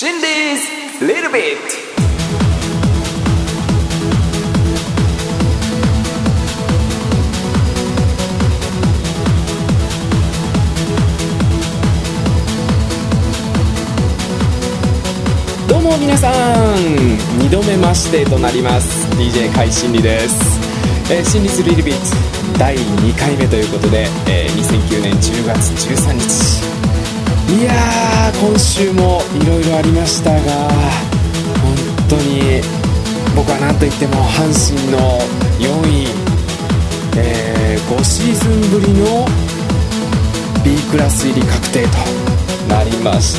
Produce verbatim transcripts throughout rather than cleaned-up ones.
心理ズリルビット。 どうも皆さん、にどめましてとなります ディージェー 甲斐真理です。えー、心理ズリルビットだいにかいめということで、えー、にせんきゅうねんじゅうがつじゅうさんにち、いやー今週もいろいろありましたが、本当に僕は何と言っても阪神のよんい、えー、ごシーズンぶりの B クラス入り確定となりました。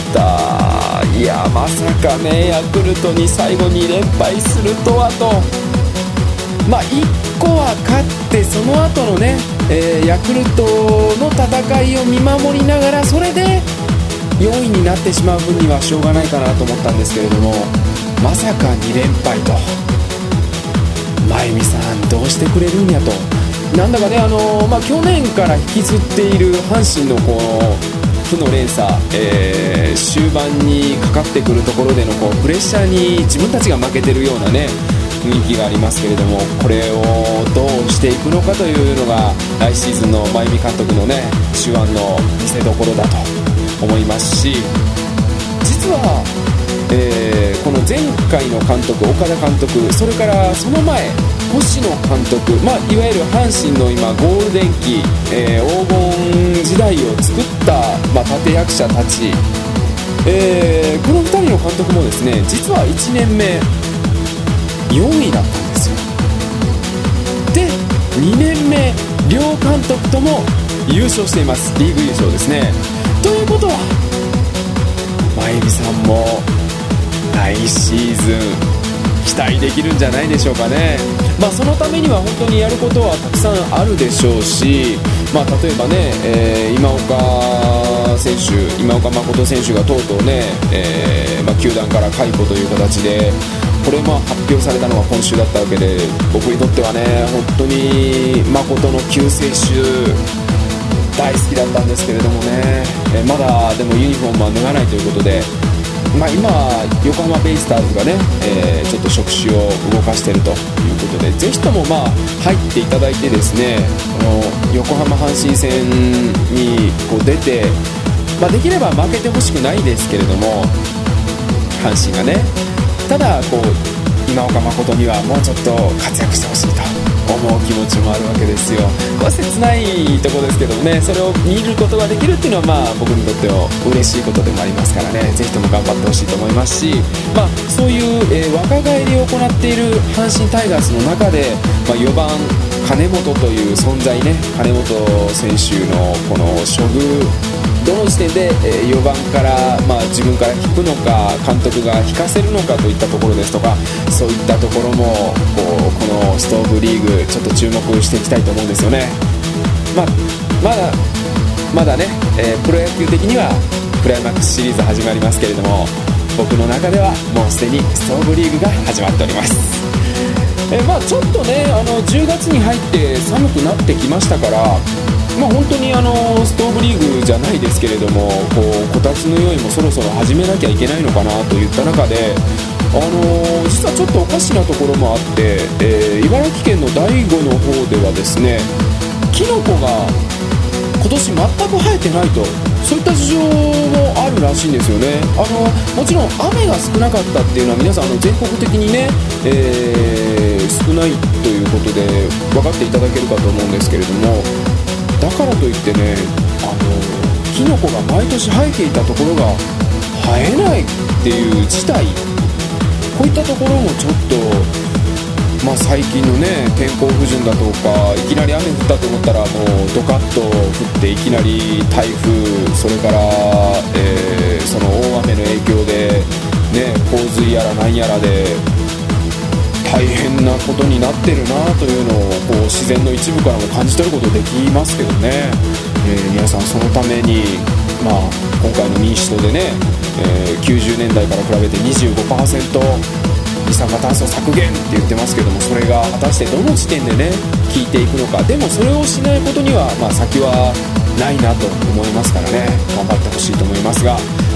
いやまさかね、ヤクルトに最後に連敗するとはと。まあいっこは勝って、その後のね、えー、ヤクルトの戦いを見守りながら、それでよんいになってしまう分にはしょうがないかなと思ったんですけれども、まさかにれんぱいと。真由美さんどうしてくれるんやと。なんだかね、あのーまあ、去年から引きずっている阪神のこの負の連鎖、えー、終盤にかかってくるところでのこうプレッシャーに自分たちが負けてるようなね雰囲気がありますけれども、これをどうしていくのかというのが来シーズンの真由美監督のね手腕の見せ所だと思いますし、実は、えー、この前回の監督岡田監督、それからその前星野監督、まあ、いわゆる阪神の今ゴールデン期、えー、黄金時代を作った、まあ、立役者たち、えー、このふたりの監督もですね、実はいちねんめよんいだったんですよ。でにねんめ両監督とも優勝しています。リーグ優勝ですね。ということは真由美さんも来シーズン期待できるんじゃないでしょうかね。まあ、そのためには本当にやることはたくさんあるでしょうし、まあ、例えばね、えー、今岡選手今岡誠選手がとうとうね、えーまあ、球団から解雇という形で、これも発表されたのが今週だったわけで、僕にとってはね本当に誠の救世主大好きだったんですけれどもね、えー、まだでもユニフォームは脱がないということで、まあ、今横浜ベイスターズがね、えー、ちょっと触手を動かしているということで、ぜひともまあ入っていただいてですね、この横浜阪神戦にこう出て、まあ、できれば負けてほしくないですけれども、阪神がね、ただこう今岡誠にはもうちょっと活躍してほしいと思う気持ちもあるわけですよ。これは切ないところですけどもね、それを見ることができるっていうのは、まあ僕にとっては嬉しいことでもありますからね、ぜひとも頑張ってほしいと思いますし、まあ、そういう、えー、若返りを行っている阪神タイガースの中で、まあ、よばん金本という存在ね、金本選手のこの処遇、どの時点でよばんから、まあ、自分から引くのか監督が引かせるのかといったところですとか、そういったところもこうこのストーブリーグちょっと注目していきたいと思うんですよね。まあ、まだまだね、えー、プロ野球的にはクライマックスシリーズ始まりますけれども、僕の中ではもうすでにストーブリーグが始まっております。えーまあ、ちょっとねあのじゅうがつに入って寒くなってきましたから、まあ、本当にあのストーブリーグじゃないですけれども、こうこたつの用意もそろそろ始めなきゃいけないのかなといった中で、あのー、実はちょっとおかしなところもあって、えー、茨城県の大子の方ではですね、キノコが今年全く生えてないと、そういった事情もあるらしいんですよね。あのもちろん雨が少なかったっていうのは皆さんあの全国的にね、えー、少ないということで分かっていただけるかと思うんですけれども、だからといってね、あのキノコが毎年生えていたところが生えないっていう事態、こういったところもちょっと、まあ、最近のね天候不順だとか、いきなり雨降ったと思ったらもうドカッと降っていきなり台風、それから、えー、その大雨の影響で、ね、洪水やらなんやらで大変なことになってるなというのをこう自然の一部からも感じ取ることできますけどね、えー、皆さんそのために、まあ、今回の民主党でね、えー、きゅうじゅうねんだいから比べて にじゅうごパーセント 二酸化炭素削減って言ってますけども、それが果たしてどの時点でね効いていくのか。でもそれをしないことには、まあ、先はないなと思いますからね、頑張ってほしいと思いますが、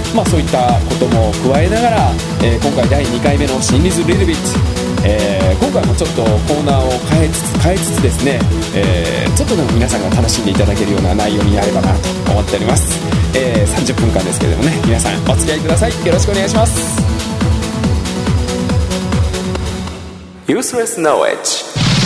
まあ、そういったことも加えながら、えー、今回だいにかいめの心理ズリルビット、えー、今回もちょっとコーナーを変えつつ変えつつですね、えー、ちょっとでも皆さんが楽しんでいただけるような内容になればなと思っております。えー、さんじゅっぷんかんですけれどもね、皆さんお付き合いください。よろしくお願いします。 Useless Knowledge。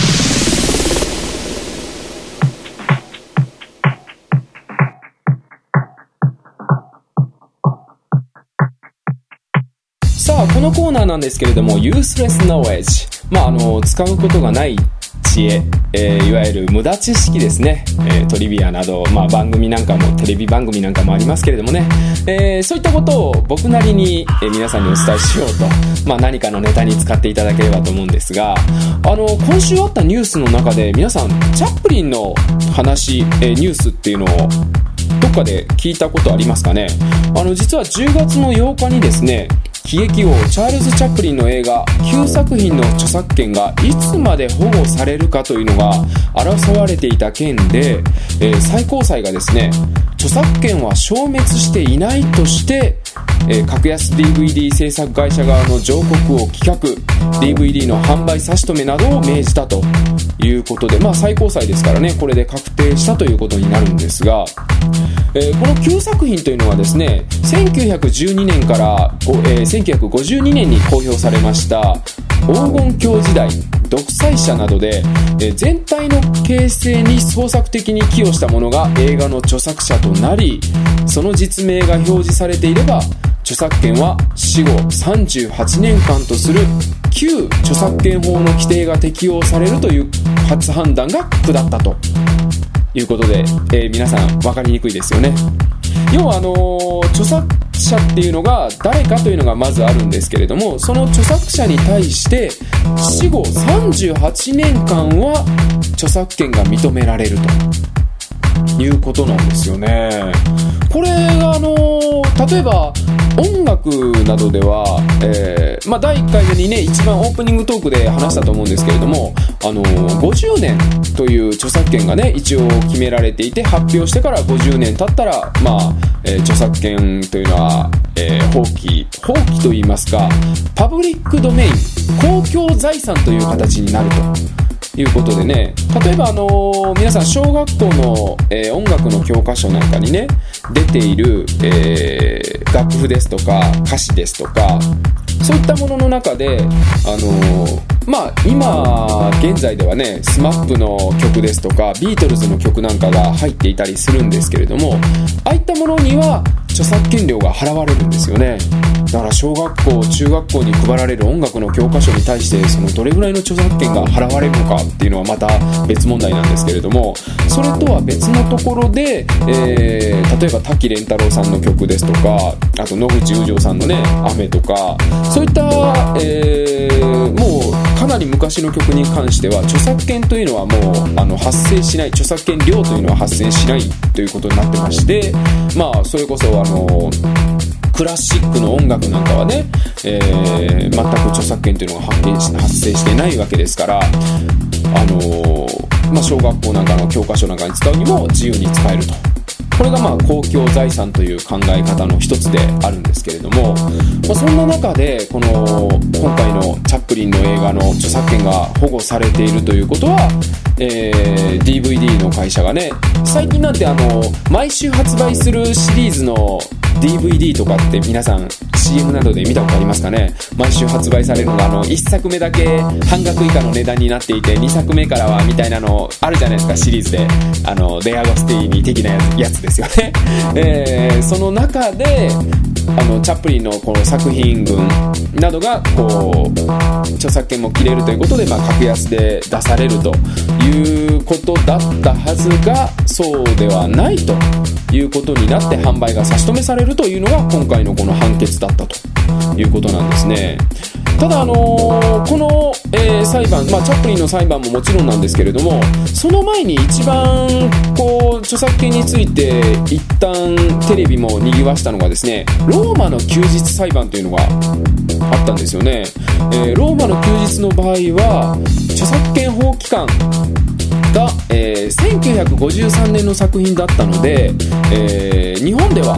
さあ、このコーナーなんですけれども Useless Knowledge、まあ、あの使うことがない知恵、えー、いわゆる無駄知識ですね、えー、トリビアなど、まあ、番組なんかもテレビ番組なんかもありますけれどもね、えー、そういったことを僕なりに、えー、皆さんにお伝えしようと、まあ、何かのネタに使っていただければと思うんですが、あの今週あったニュースの中で皆さんチャップリンの話、えー、ニュースっていうのをどっかで聞いたことありますかね。あの実はじゅうがつのようかにですね、喜劇王チャールズ・チャップリンの映画きゅうさくひんの著作権がいつまで保護されるかというのが争われていた件で、えー、最高裁がですね、著作権は消滅していないとして、えー、格安 ディーブイディー 制作会社側の上告を棄却、 ディーブイディー の販売差し止めなどを命じたということで、まあ最高裁ですからね、これで確定したということになるんですが、えー、このきゅうさくひんというのはですね、せんきゅうひゃくじゅうにねんから、えー、せんきゅうひゃくごじゅうにねんに公表されました黄金鏡時代、独裁者などで、えー、全体の形成に創作的に寄与したものが映画の著作者となり、その実名が表示されていれば著作権は死後さんじゅうはちねんかんとする旧著作権法の規定が適用されるという初判断が下ったということで、えー、皆さん分かりにくいですよね。要はあのー、著作者っていうのが誰かというのがまずあるんですけれども、その著作者に対して死後さんじゅうはちねんかんは著作権が認められるということなんですよね。これがあのー、例えば音楽などでは、えーまあ、だいいっかいめにね、一番オープニングトークで話したと思うんですけれども、あのー、ごじゅうねんという著作権がね一応決められていて、発表してからごじゅうねん経ったら、まあえー、著作権というのは、えー、放棄放棄といいますか、パブリックドメイン、公共財産という形になるということでね、例えばあのー、皆さん小学校の、えー、音楽の教科書なんかにね出ている、えー、楽譜ですとか歌詞ですとか、そういったものの中で、あのー、まあ今現在ではねスマップの曲ですとかビートルズの曲なんかが入っていたりするんですけれども、ああいったものには著作権料が払われるんですよね。だから小学校中学校に配られる音楽の教科書に対してそのどれぐらいの著作権が払われるのかっていうのはまた別問題なんですけれども、それとは別のところで、えー、例えば滝廉太郎さんの曲ですとか、あと野口雨情さんのね雨とか、そういった、えー、もうかなり昔の曲に関しては著作権というのはもうあの発生しない、著作権料というのは発生しないということになってまして、まあそれこそあのクラシックの音楽なんかはね、えー、全く著作権というのが発生してないわけですから、あのーまあ、小学校なんかの教科書なんかに使うにも自由に使えると。これがまあ公共財産という考え方の一つであるんですけれども、まあ、そんな中でこの今回のチャップリンの映画の著作権が保護されているということは、えー、ディーブイディー の会社がね、最近なんてあの毎週発売するシリーズの ディーブイディー とかって皆さん シーエム などで見たことありますかね。毎週発売されるのがあのいっさくめだけ半額以下の値段になっていて、にさくめからはみたいなのあるじゃないですか、シリーズで。あのデアゴスティーニ的なやつですよね、えー、その中であのチャップリンのこの作品群などがこう著作権も切れるということで、まあ、格安で出されるということだったはずが、そうではないということになって販売が差し止めされるというのが今回のこの判決だったということなんですね。ただ、あのー、この、えー、裁判、まあ、チャップリンの裁判ももちろんなんですけれども、その前に一番こう著作権について一旦テレビも賑わしたのがですね、ローマの休日裁判というのがあったんですよね。えー、ローマの休日の場合は著作権法機関が、えー、せんきゅうひゃくごじゅうさんねんの作品だったので、えー、日本では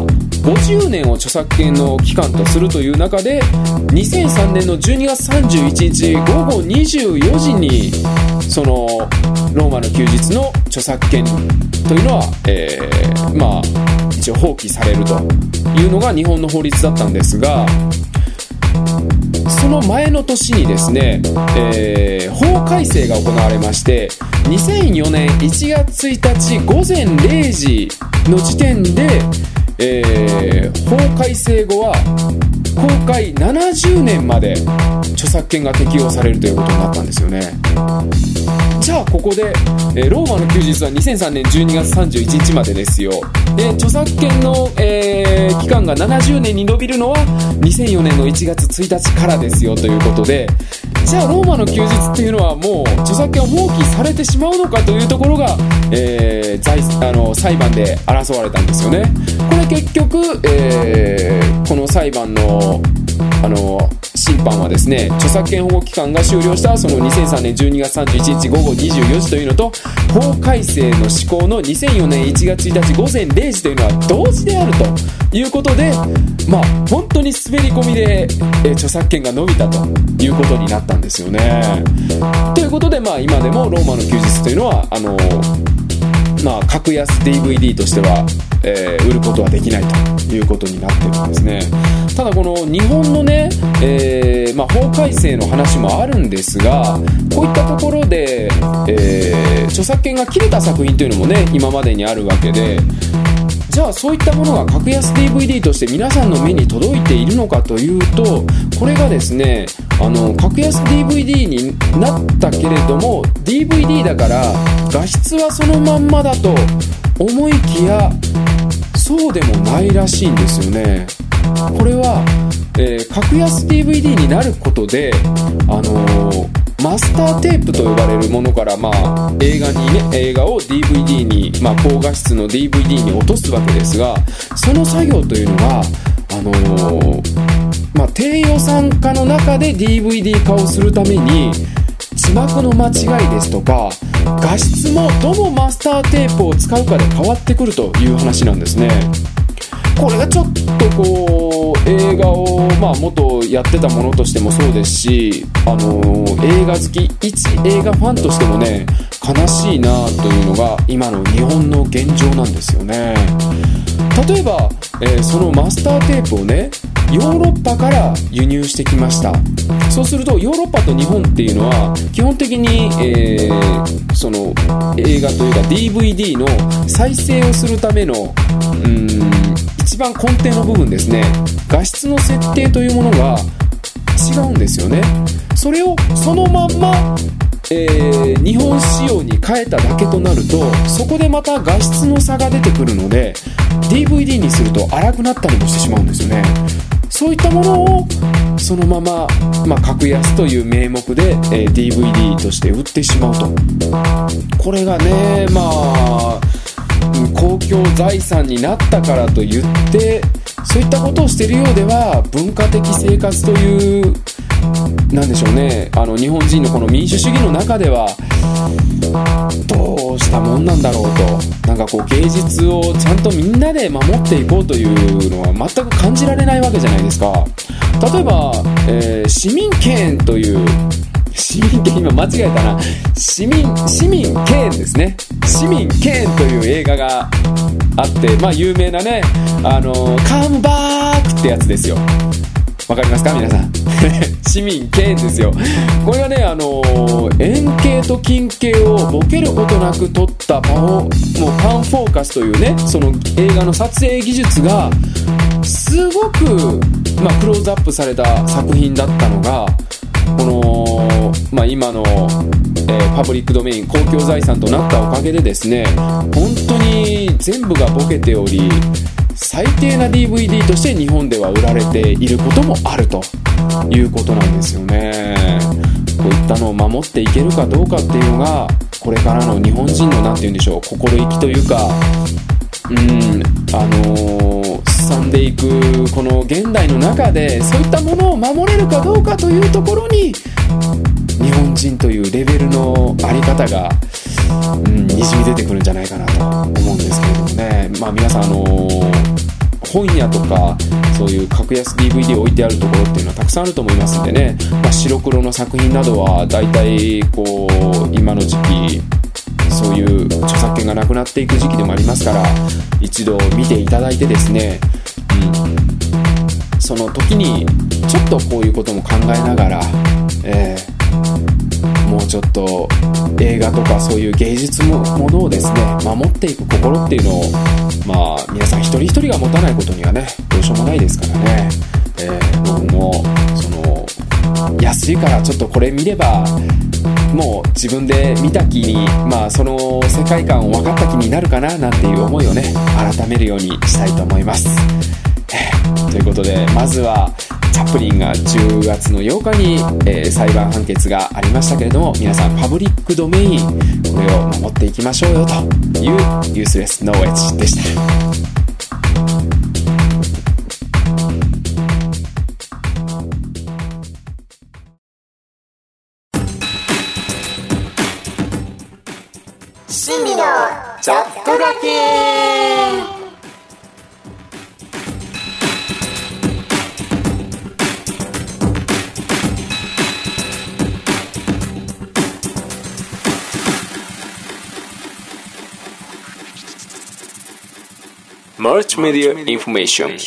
ごじゅうねんを著作権の期間とするという中で、にせんさんねんのじゅうにがつさんじゅういちにちごごにじゅうよじにそのローマの休日の著作権というのは、えー、まあ一応放棄されるというのが日本の法律だったんですが、その前の年にですね、えー、法改正が行われまして、にせんよねんいちがつついたちごぜんれいじの時点で、えー、法改正後は公開ななじゅうねんまで著作権が適用されるということになったんですよね。じゃあここで、えー、ローマの休日はにせんさんねんじゅうにがつさんじゅういちにちまでですよ。で著作権の、えー、期間がななじゅうねんに延びるのはにせんよねんのいちがつついたちからですよということで、じゃあローマの休日っていうのはもう著作権を放棄されてしまうのかというところが、えー、財あの裁判で争われたんですよね。これ結局、えー、この裁判のあの審判はですね、著作権保護期間が終了したそのにせんさんねんじゅうにがつさんじゅういちにちごごにじゅうよじというのと、法改正の施行のにせんよねんいちがつついたちごぜんれいじというのは同時であるということで、まあ本当に滑り込みで、えー、著作権が伸びたということになったんですよね。ということで、まあ今でもローマの休日というのはあのまあ、格安 ディーブイディー としては、えー、売ることはできないということになってるんですね。ただこの日本のね、えーまあ、法改正の話もあるんですが、こういったところで、えー、著作権が切れた作品というのもね今までにあるわけで、じゃあそういったものが格安 ディーブイディー として皆さんの目に届いているのかというと、これがですね、あの格安 ディーブイディー になったけれども ディーブイディー だから画質はそのまんまだと思いきやそうでもないらしいんですよね。これは、えー、格安 ディーブイディー になることで、あのー、マスターテープと呼ばれるものから、まあ、映画にね映画を ディーブイディー に、まあ、高画質の ディーブイディー に落とすわけですが、その作業というのが、あのーまあ、低予算化の中で ディーブイディー 化をするために字幕の間違いですとか画質もどのマスターテープを使うかで変わってくるという話なんですね。これがちょっとこう映画を、まあ、元やってたものとしてもそうですし、あのー、映画好き一映画ファンとしてもね悲しいなというのが今の日本の現状なんですよね。例えば、えー、そのマスターテープをねヨーロッパから輸入してきました。そうするとヨーロッパと日本っていうのは基本的に、えー、その映画というか ディーブイディー の再生をするためのうーん一番根底の部分ですね、画質の設定というものが違うんですよね。それをそのまんま、えー、日本仕様に変えただけとなると、そこでまた画質の差が出てくるので ディーブイディー にすると荒くなったりもしてしまうんですよね。そういったものをそのまま、まあ、格安という名目で、えー、ディーブイディー として売ってしまうと、これがね、まあ公共財産になったからといってそういったことをしているようでは文化的生活というなんでしょうね、あの日本人のこの民主主義の中ではどうしたもんなんだろうと、なんかこう芸術をちゃんとみんなで守っていこうというのは全く感じられないわけじゃないですか。例えば、えー、市民権という市民権、今間違えたな、市民市民権ですね、市民権という映画があって、まあ有名なね、あのカムバークってやつですよ。わかりますか皆さん市民権ですよ。これがね、あの円形と近景をボケることなく撮ったパフォ、もうパンフォーカスというね、その映画の撮影技術がすごく、まあ、クローズアップされた作品だったのが、この、まあ、今の、えー、パブリックドメイン公共財産となったおかげでですね、本当に全部がボケており最低な ディーブイディー として日本では売られていることもあるということなんですよね。こういったのを守っていけるかどうかっていうのがこれからの日本人のなんて言うんでしょう、心意気というか、うーんあのー、すさんでいくこの現代の中でそういったものを守れるかどうかというところに日本人というレベルのあり方が、うん、にじみ出てくるんじゃないかなと思うんですけれどもね。まあ皆さん、あのー、 本屋とかそういう格安 ディーブイディー 置いてあるところっていうのはたくさんあると思いますんでね、まあ、白黒の作品などはだいたいこう今の時期そういう著作権がなくなっていく時期でもありますから、一度見ていただいてですね、うん、その時にちょっとこういうことも考えながら、えー、もうちょっと映画とかそういう芸術もものをですね守っていく心っていうのを、まあ皆さん一人一人が持たないことにはねどうしようもないですからね、えー、僕もその安いからちょっとこれ見ればもう自分で見た気に、まあその世界観を分かった気になるかななんていう思いをね改めるようにしたいと思います。ということで、まずはチャップリンがじゅうがつのようかに、えー、裁判判決がありましたけれども、皆さんパブリックドメインこれを守っていきましょうよというユースレスノーエッジでした。 シンミのちょっとだけマルチメディアインフォメーション。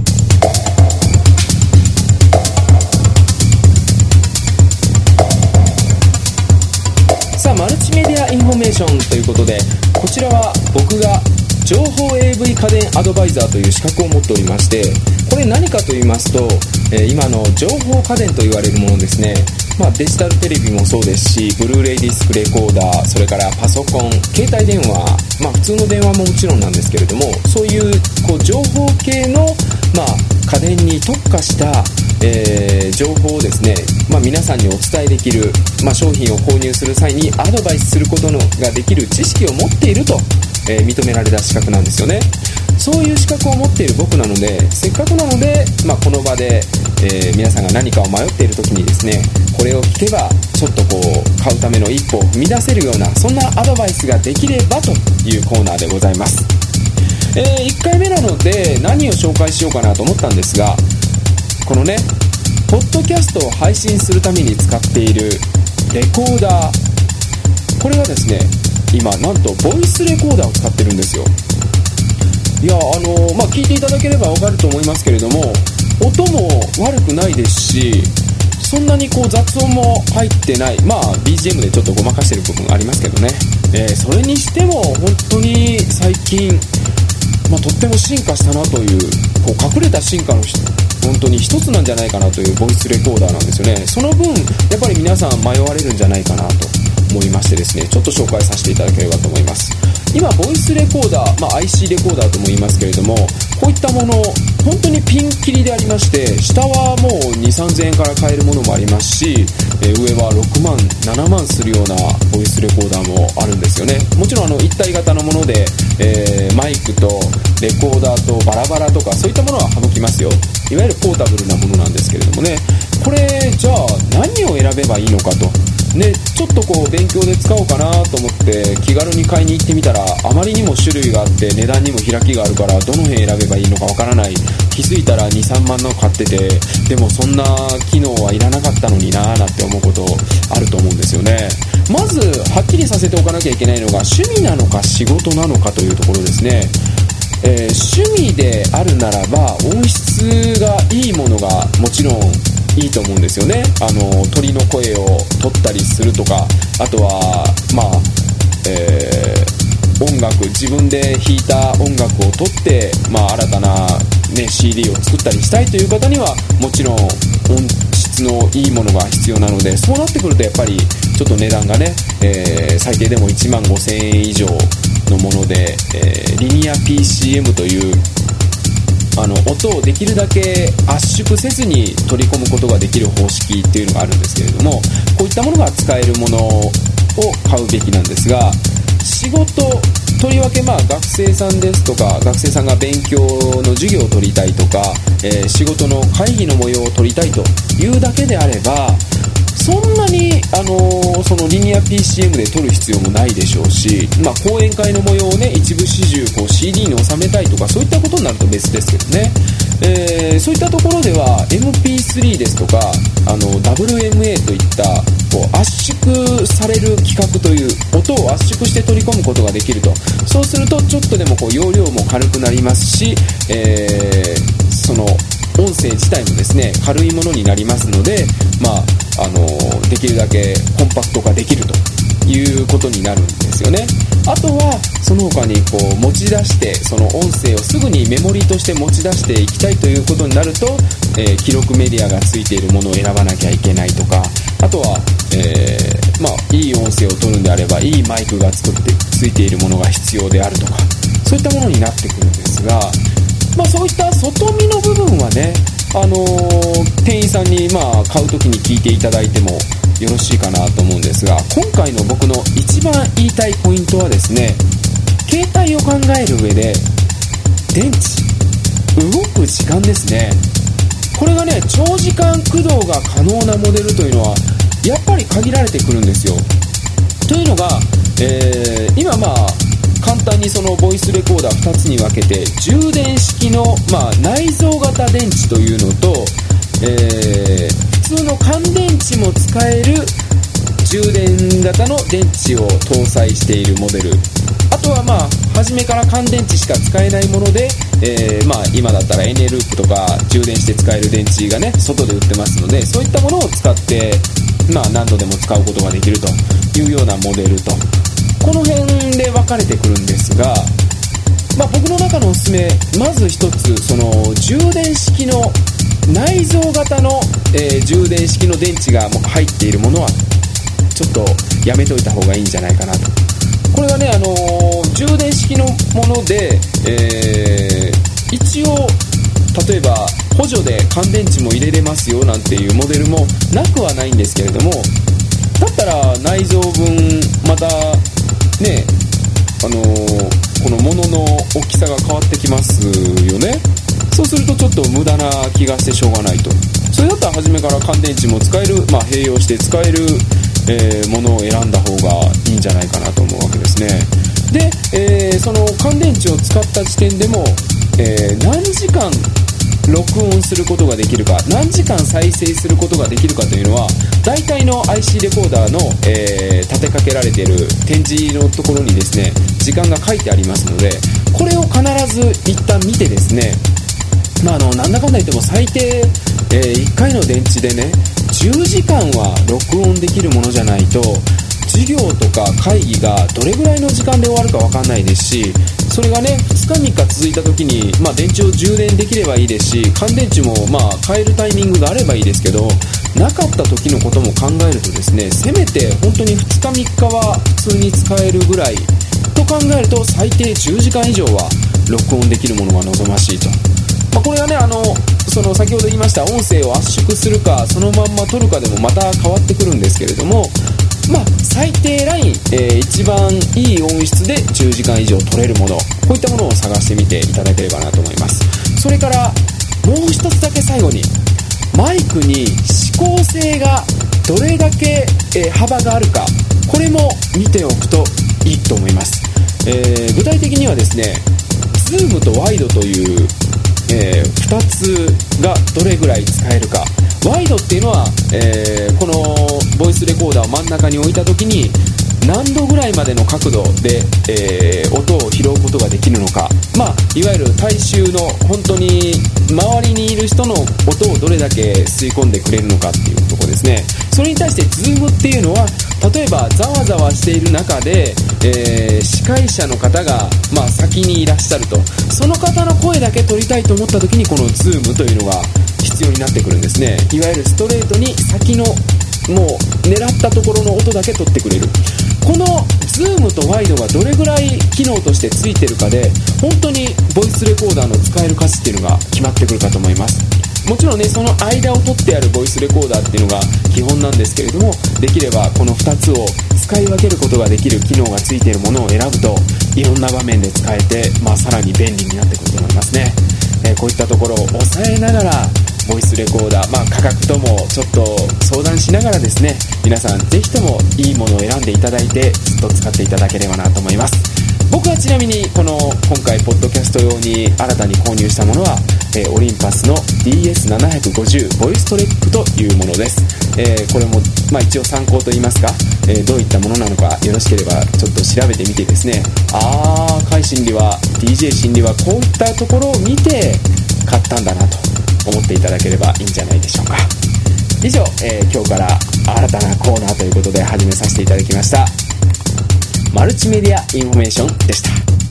さあマルチメディアインフォメーションということで、こちらは僕が情報 エーブイ 家電アドバイザーという資格を持っておりまして、これ何かと言いますと、えー、今の情報家電と言われるものですね。まあ、デジタルテレビもそうですし、ブルーレイディスクレコーダー、それからパソコン、携帯電話、まあ、普通の電話ももちろんなんですけれども、そういう、こう情報系の、まあ、家電に特化した、えー、情報をですね、まあ、皆さんにお伝えできる、まあ、商品を購入する際にアドバイスすることのができる知識を持っていると、えー、認められた資格なんですよね。そういう資格を持っている僕なので、せっかくなので、まあ、この場で、えー、皆さんが何かを迷っている時にですね、これを聞けばちょっとこう買うための一歩を踏み出せるような、そんなアドバイスができればというコーナーでございます。えー、いっかいめなので何を紹介しようかなと思ったんですが、このねポッドキャストを配信するために使っているレコーダー、これはですね今なんとボイスレコーダーを使ってるんですよ。いやあのー、まあ聞いていただければわかると思いますけれども、音も悪くないですし、そんなにこう雑音も入ってない、まあ ビージーエム でちょっとごまかしてる部分ありますけどね、えー、それにしても本当に最近、まあ、とっても進化したなという、こう隠れた進化の本当に一つなんじゃないかなというボイスレコーダーなんですよね。その分やっぱり皆さん迷われるんじゃないかなと思いましてですね、ちょっと紹介させていただければと思います。今ボイスレコーダー、まあ、アイシー レコーダーとも言いますけれども、こういったもの本当にピンキリでありまして、下はもう にせんさんぜんえんから買えるものもありますし、えー、上はろくまんななまんするようなボイスレコーダーもあるんですよね。もちろんあの一体型のもので、えー、マイクとレコーダーとバラバラとかそういったものは省きますよ。いわゆるポータブルなものなんですけれどもね、これじゃあ何を選べばいいのかとね、ちょっとこう勉強で使おうかなと思って気軽に買いに行ってみたら、あまりにも種類があって値段にも開きがあるから、どの辺選べばいいのかわからない。気づいたら にさんまんの買ってて、でもそんな機能はいらなかったのになーなんて思うことあると思うんですよね。まずはっきりさせておかなきゃいけないのが、趣味なのか仕事なのかというところですね。えー、趣味であるならば音質がいいものがもちろんいいと思うんですよね。あの鳥の声を取ったりするとか、あとはまあ、えー、音楽、自分で弾いた音楽を取って、まあ、新たな、ね、シーディー を作ったりしたいという方にはもちろん音質のいいものが必要なので、そうなってくるとやっぱりちょっと値段がね、えー、最低でもいちまんごせんえん以上のもので、えー、リニア ピーシーエム というあの音をできるだけ圧縮せずに取り込むことができる方式っていうのがあるんですけれども、こういったものが使えるものを買うべきなんですが、仕事とりわけまあ学生さんですとか、学生さんが勉強の授業を取りたいとか、えー、仕事の会議の模様を取りたいというだけであれば、 そんなに、あのー、そのリニア ピーシーエム で撮る必要もないでしょうし、まあ、講演会の模様をね一部始終こう シーディー に収めたいとかそういったことになると別ですけどね、えー、そういったところでは エムピースリー ですとかあの ダブリューエムエー といったこう圧縮される規格という音を圧縮して取り込むことができると。そうするとちょっとでもこう容量も軽くなりますし、えー、その音声自体もですね軽いものになりますので、まああのー、できるだけコンパクト化できるということになるんですよね。あとはその他にこう持ち出してその音声をすぐにメモリーとして持ち出していきたいということになると、えー、記録メディアがついているものを選ばなきゃいけないとか、あとは、えーまあ、いい音声を取るんであればいいマイクが作ってついているものが必要であるとか、そういったものになってくるんですが、まあ、そういった外見の部分はね、あのー、店員さんにまあ買うときに聞いていただいてもよろしいかなと思うんですが、今回の僕の一番言いたいポイントはですね、携帯を考える上で電池動く時間ですね。これがね長時間駆動が可能なモデルというのはやっぱり限られてくるんですよ。というのが、えー、今まあ簡単にそのボイスレコーダーふたつに分けて充電式の、まあ、内蔵型電池というのと、えー、普通の乾電池も使える充電型の電池を搭載しているモデル、あとはまあ初めから乾電池しか使えないもので、えー、まあ今だったらエネループとか充電して使える電池がね外で売ってますので、そういったものを使ってまあ何度でも使うことができるというようなモデルと、この辺で分かれてくるんですが、まあ、僕の中のおすすめ、まず一つその充電式の内蔵型の、えー、充電式の電池が入っているものはちょっとやめといた方がいいんじゃないかなと。これがね、あのー、充電式のもので、えー、一応例えば補助で乾電池も入れれますよなんていうモデルもなくはないんですけれども、だったら内蔵分またね、あのー、このものの大きさが変わってきますよね。そうするとちょっと無駄な気がしてしょうがないと。それだったら初めから乾電池も使える、まあ、併用して使える、えー、ものを選んだ方がいいんじゃないかなと思うわけですね。で、えー、その乾電池を使った時点でも、えー、何時間録音することができるか、何時間再生することができるかというのは大体の アイシー レコーダーの、えー、立てかけられている展示のところにですね時間が書いてありますので、これを必ず一旦見てですね、まあ、あのなんだかんだ言っても最低、えー、いっかいの電池でねじゅうじかんは録音できるものじゃないと授業とか会議がどれぐらいの時間で終わるか分かんないですし、それがねふつかみっか続いた時に、まあ、電池を充電できればいいですし、乾電池もまあ変えるタイミングがあればいいですけど、なかった時のことも考えるとですね、せめて本当にふつかみっかは普通に使えるぐらいと考えると最低じゅうじかん以上は録音できるものが望ましいと。まあ、これはね、あのその先ほど言いました音声を圧縮するかそのまんま取るかでもまた変わってくるんですけれども、まあ、最低ライン、えー、一番いい音質でじゅうじかん以上取れるもの、こういったものを探してみていただければなと思います。それからもう一つだけ最後に、マイクに指向性がどれだけ、えー、幅があるか、これも見ておくといいと思います。えー、具体的にはですね、ズームとワイドという、えー、ふたつがどれぐらい使えるか。ワイドっていうのは、えー、このボイスレコーダーを真ん中に置いた時に何度ぐらいまでの角度で、えー、音を拾うことができるのか、まあ、いわゆる大衆の本当に周りにいる人の音をどれだけ吸い込んでくれるのかっていうところですね。それに対してズームっていうのは、例えばざわざわしている中で、えー、司会者の方が、まあ、先にいらっしゃると、その方の声だけ取りたいと思った時にこのズームというのが必要になってくるんですね。いわゆるストレートに先のもう狙ったところの音だけ取ってくれる。このズームとワイドがどれぐらい機能としてついてるかで本当にボイスレコーダーの使える価値っていうのが決まってくるかと思います。もちろんね、その間を取ってあるボイスレコーダーっていうのが基本なんですけれども、できればこのふたつを使い分けることができる機能がついているものを選ぶといろんな場面で使えて、まあ、さらに便利になってくると思いますね。えー、こういったところを抑えながらボイスレコーダー、まあ、価格ともちょっと相談しながらですね、皆さんぜひともいいものを選んでいただいてずっと使っていただければなと思います。僕はちなみにこの今回ポッドキャスト用に新たに購入したものは、えー、オリンパスの ディーエスななひゃくごじゅう ボイストレックというものです。えー、これも、まあ、一応参考といいますか、えー、どういったものなのかよろしければちょっと調べてみてですね、あー、甲斐心理は ディージェー 心理はこういったところを見て買ったんだなと思っていただければいいんじゃないでしょうか。以上、えー、今日から新たなコーナーということで始めさせていただきましたマルチメディアインフォメーションでした。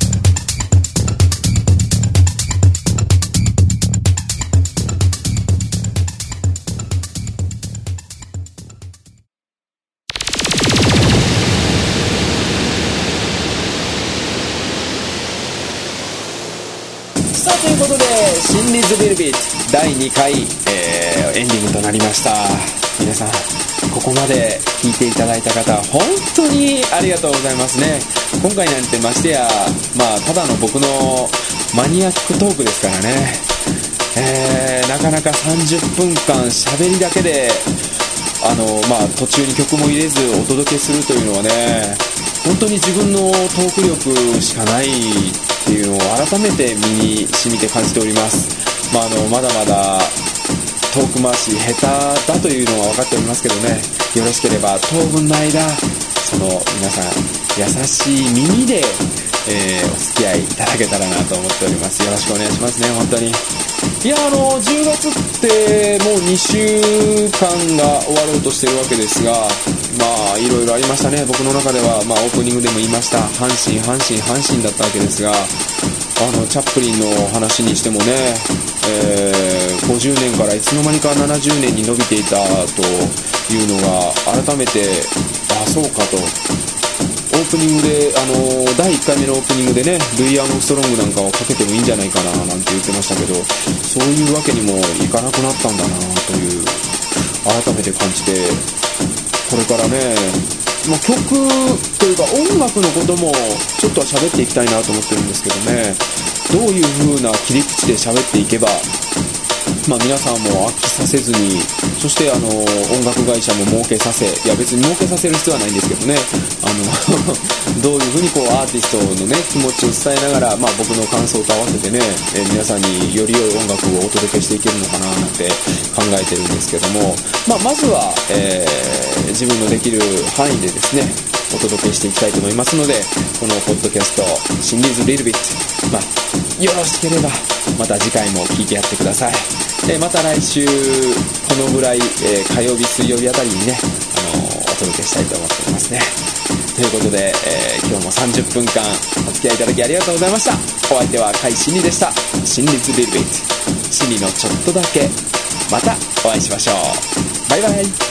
さあ、ということで心理ズビルビットだいにかい、えー、エンディングとなりました。皆さんここまで聞いていただいた方本当にありがとうございますね。今回なんてましてや、まあ、ただの僕のマニアックトークですからね、えー、なかなかさんじゅっぷんかん喋りだけであの、まあ、途中に曲も入れずお届けするというのはね、本当に自分のトーク力しかないっていうのを改めて身に染みて感じております。まあ、あのまだまだトーク回し下手だというのは分かっておりますけどね、よろしければ当分の間その皆さん優しい耳で、えー、お付き合いいただけたらなと思っております。よろしくお願いしますね、本当に。いや、あのじゅうがつってもうにしゅうかんが終わろうとしてるわけですが、まあいろいろありましたね。僕の中では、まあ、オープニングでも言いました阪神阪神阪神だったわけですが、あのチャップリンの話にしてもね、えー、ごじゅうねんからいつの間にかななじゅうねんに伸びていたというのが改めて、あ、そうかと。オープニングで、あのだいいっかいめのオープニングでね、ルイ・アームストロングなんかをかけてもいいんじゃないかななんて言ってましたけど、そういうわけにもいかなくなったんだなという改めて感じて、これからね、まあ、曲というか音楽のこともちょっとは喋っていきたいなと思ってるんですけどね、どういう風な切り口で喋っていけば、まあ、皆さんも飽きさせずに、そしてあの音楽会社も儲けさせ、いや別に儲けさせる必要はないんですけどね、あのどういう風にこうアーティストのね気持ちを伝えながら、まあ、僕の感想と合わせてね、えー、皆さんにより良い音楽をお届けしていけるのかななんて考えてるんですけども、まあ、まずは、えー、自分のできる範囲でですねお届けしていきたいと思いますので、このポッドキャストシンディーズリルビット、まあ、よろしければまた次回も聞いてやってください。えー、また来週このぐらい、えー、火曜日水曜日あたりにね、あのー、お届けしたいと思っておりますね。ということで、えー、今日もさんじゅっぷんかんお付き合いいただきありがとうございました。お相手は甲斐心理でした。心理ズビルビット、心理のちょっとだけ、またお会いしましょう。バイバイ。